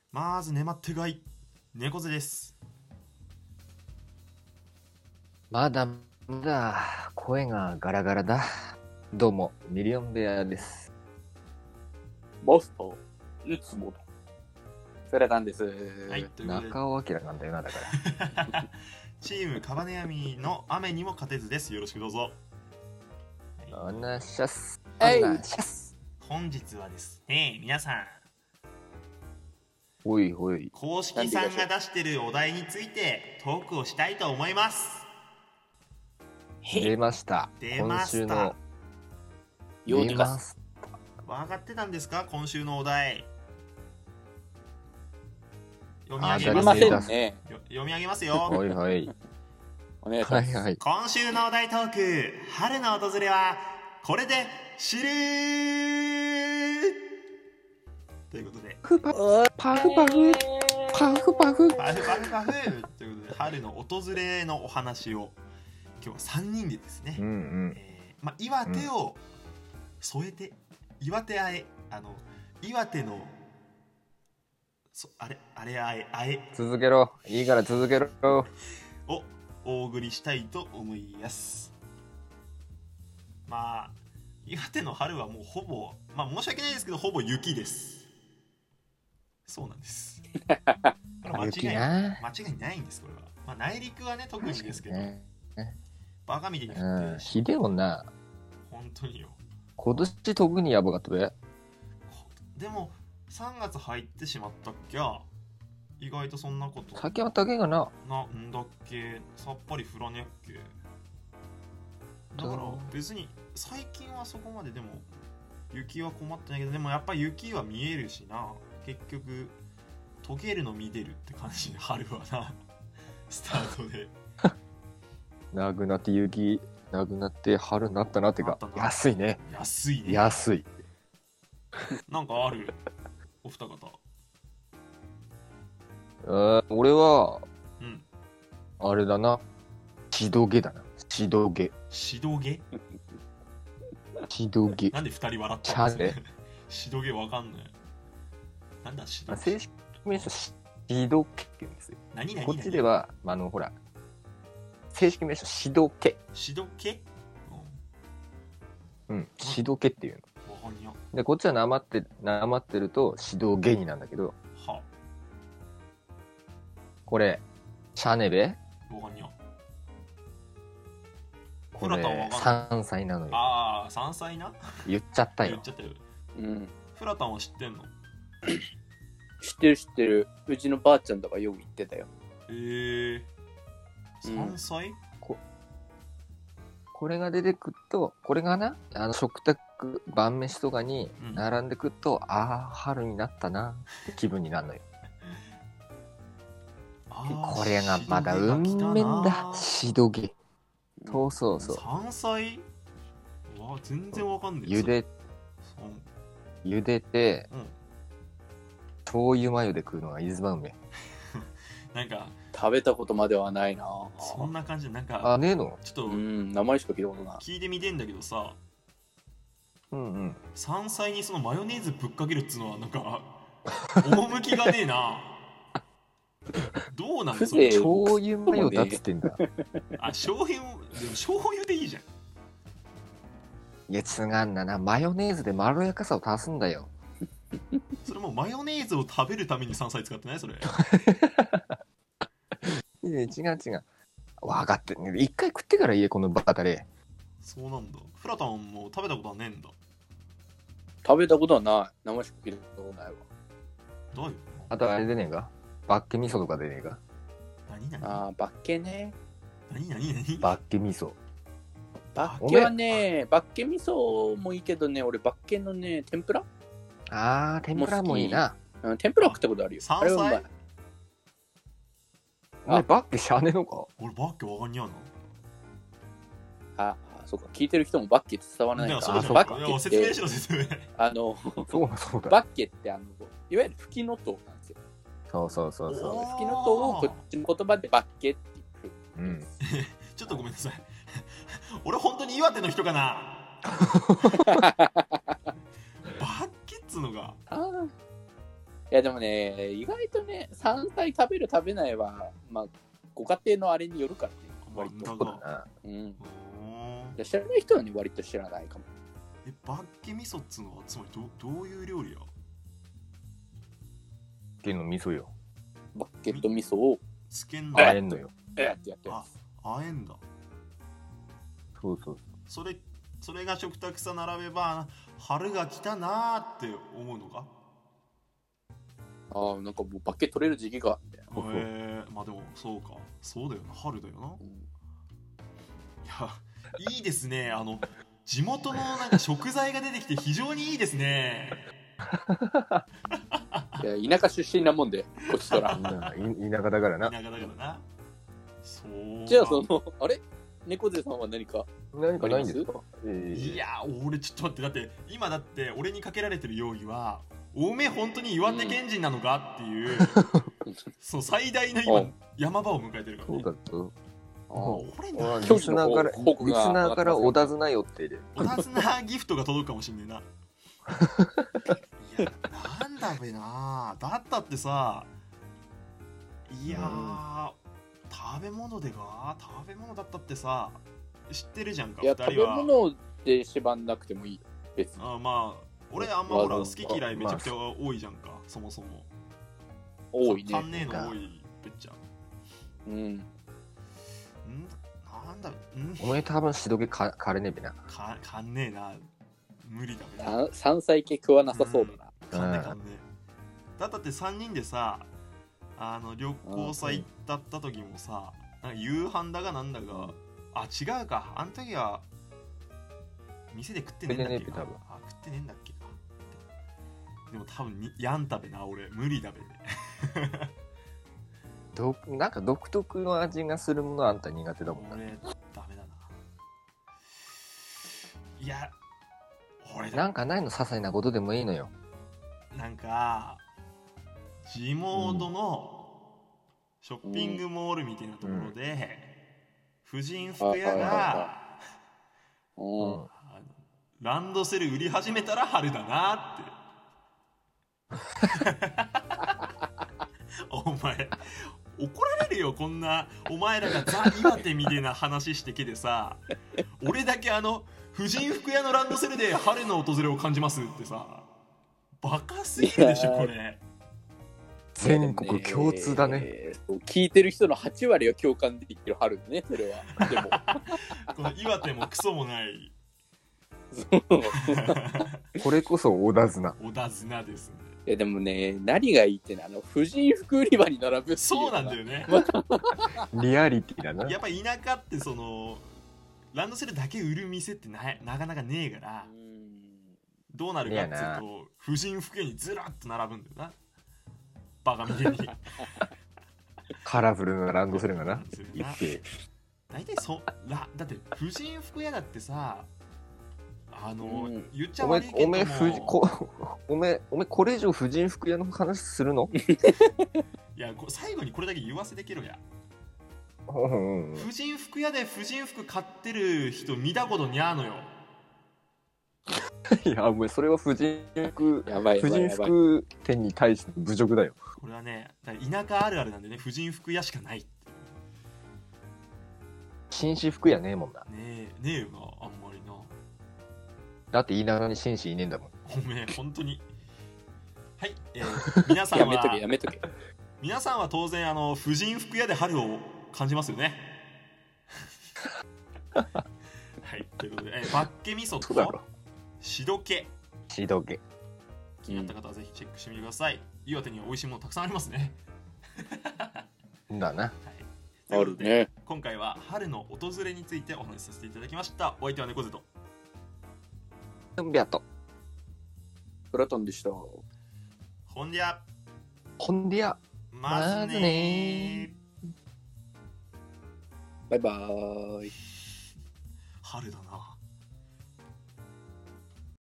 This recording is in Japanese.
まず粘ってがい猫背です。 まだまだ声がガラガラだ。どうもミリオンベアです。 マスターいつものセレタンです。 はい、ということで中尾明なんだよな、だからチームカバネヤミの雨にも勝てずです。よろしくどうぞ。 おなしゃすはいおなしゃす。 本日はですね、皆さんおいおい。 公式さんが出してるお題についてトークをしたいと思います。 出ました。 出ました。 今週のよう出ます。 分かってたんですか、今週のお題。読みあ知り上げまますせよ。 んね。 読み上げますよ。 おいおい。 お願いします。 はいはい。 今週のお題トーク、春の訪れはこれで知るということで、 パフパフパフパフパフパフ。 パフパフパフということで、春の訪れのお話を今日は3人でですね、 うんうん。 岩手を添えて、岩手あえ、岩手のあれあえ続けろ。いいから続けろ。 をお送りしたいと思います。まあ岩手の春はもうほぼ、申し訳ないですけど、ほぼ雪です。そうなんです。これ間違い雪な。 間違いないんです。これは、内陸はね特にですけど、 ね、 バカみたいに降ってるし、 ひでえもんな。 本当によ。 今年特にやばかったべ。 でも3月入ってしまったっきゃ、意外とそんなこと先は高えがな。 なんだっけ、さっぱり降らねっけ。だから別に最近はそこまででも雪は困ってないけど、でもやっぱり雪は見えるしな。結局溶けるの見てるって感じで、春はなスタートでなくなって雪なくなって春になったなってか、安いね。 安いね。 安い。 なんかあるお二方。 俺はうんあれだな、しどげだな。しどげしどげしどげ。 なんで二人笑ったんですか。 チしどげわかんない。なんだしどげ。 正式名称しどけって言うんですよ。 何こっちではほら正式名称しどけ。 しどけ。 うんしどけっていうのわかんにゃ。 で、こっちはなまってるとしどげになんだけど、 はこれシャネベわかんにゃ。 こフラタンわれかんない。 3歳なのよ。 ああ、山菜な。 言っちゃったよ言っ。ちゃったよ。 うん。 フラタンは知ってんの。 知ってる知ってる。うちのばあちゃんとかよく言ってたよ。 山菜、 これが出てくると、これがな、食卓晩飯とかに並んでくると、ああ春になったなって気分になるのよ。これがまだうんめんだ。しどげ。そうそうそう。 山菜わ、全然わかんない。 茹でて、 うん醤油マヨで食うのが一番うめえ。 なんか食べたことまではないな。 そんな感じで、なんかあ、ねえの。 ちょっと名前しか聞いたことない。 聞いてみてんだけどさ、 うんうん。 山菜にそのマヨネーズぶっかけるっつうのはなんか趣がねえな。どうなんだそれ。 醤油マヨだっつってんだ。 醤油、でも醤油でいいじゃん。 いや違うんだな、マヨネーズでまろやかさを足すんだよ。 それもマヨネーズを食べるために山菜使ってないそれ。 いや違う違う。分かってんね。一回食ってから言え、このバカで。 そうなんだ。フラタンも食べたことはねえんだ。 食べたことはない。名前しか聞いたことないわ。 どういうあとあれでねえか、バッケ味噌とかでねえか。 何ああ、バッケね。 何バッケ味噌。 バッケはね、バッケ味噌もいいけどね、俺バッケのね、天ぷらあー、天ぷらもいいな。 天ぷら食ったことあるよ。 山あれはうまい。 菜お前バッケしゃねえのか。 俺バッケわかんにゃうあ、そうか。聞いてる人もバッケって伝わらな。 ないか。 そうじゃん。 バッケいや説明しろ説明。 そうだ。 バッケっていわゆる吹きのとうなんですよ。 そう吹きのとうをこっちの言葉でバッケっていう。 うん。 ちょっとごめんなさい。俺本当に岩手の人かな。バッケっつうのがやでもね、意外とね、山菜食べる食べないは、まあ、ご家庭のあれによるからね、割と。 なんだかそうだな。 うん。いおーや知らない人はね、割と知らないかも。 バッケ味噌っつうのはつまりどういう料理や？ けの味噌よ。 バッケット味噌を、 つけんの？ あえんのよ。 ってやってやあつ。 あえんだ。 そうそう。 それが食卓さ並べば春が来たなーって思うのか？ ああ、なんかもうバッケ取れる時期が、みたいな。 そうそうまあでもそうか、そうだよな、春だよな。 うんいや、いいですね。地元のなんか食材が出てきて非常にいいですね。 いや田舎出身なもんで、こっちとら。 田舎だからな。 田舎だからな。そうか。 じゃああれ猫背さんは何か何かないんですか？ いや俺ちょっと待って、だって今だって俺にかけられてる容疑はおめえ本当に岩手県人なのかっていう、そう最大の今山場を迎えてるからね。 そうだと。 俺リなスナーから小田綱予定で。 小田綱ギフトが届くかもしんねえな。いやなんだべな、だったってさ、いやー、食べ物だったってさ、知ってるじゃんか。 いや、 二食べ人は物で縛んなくてもいいよ、別に。 まあ俺あんまほら好き嫌いめちゃくちゃ多いじゃんか、そもそも多いね。 かんねえの多いべっちゃうん。 なんだお前多分しどけかれねえべな。 かんねえな、無理だべな。 山菜系食わなさそうだな。 かんねえだって3人でさ、旅行祭だった時もさ、なんか夕飯だがなんだが、違うか、あの時は店で食ってねえんだっけか。食ってねえんだっけか。でも多分やんたべな、俺無理だべ。 なんか独特の味がするものあんた苦手だもんな。 俺ダメだな。いや俺なんかないの、些細なことでもいいのよ。 なんか地元のショッピングモールみたいなところで、婦人服屋がランドセル売り始めたら春だなってお前怒られるよ、こんなお前らがザ・岩手みたいな話してけでさ、俺だけ婦人服屋のランドセルで春の訪れを感じますってさ、バカすぎるでしょこれ。 全国共通だね。 聞いてる人の8割は共感できる春ね、それは。でもこの岩手もクソもないこれこそ小田綱ですね。 いやでもね、何がいいってね、婦人服売り場に並ぶっていう。 そうなんだよね。 リアリティだな。 やっぱ田舎ってランドセルだけ売る店ってなかなかねえから、どうなるかっていうと婦人服屋にずらっと並ぶんだよな、バカみたいに。 カラフルなランドセルがな。 大体だって婦人服屋だってさ、言っちゃ悪いけども、 おめこれ以上婦人服屋の話するの？ いや最後にこれだけ言わせてけろや。 婦人服屋で婦人服買ってる人見たことにゃーのよ。 いやお前それは婦人服店に対しての侮辱だよ。 これはね、田舎あるあるなんでね、婦人服屋しかないって。 紳士服屋ねえもんな。 ねえよな、あんまりな。 だって田舎に紳士いねえんだもん。 ごめん、本当に。はい、皆さんはやめとけ。 皆さんは当然婦人服屋で春を感じますよね。はい、ということで、バッケ味噌としどけ気になった方はぜひチェックしてみてください。岩手には美味しいものたくさんありますね。 だな。 はい、あるね。今回は春の訪れについてお話しさせていただきました。お相手は猫背とビャットプラトンでした。 ほんでやまずねバイバーイ。 春だな。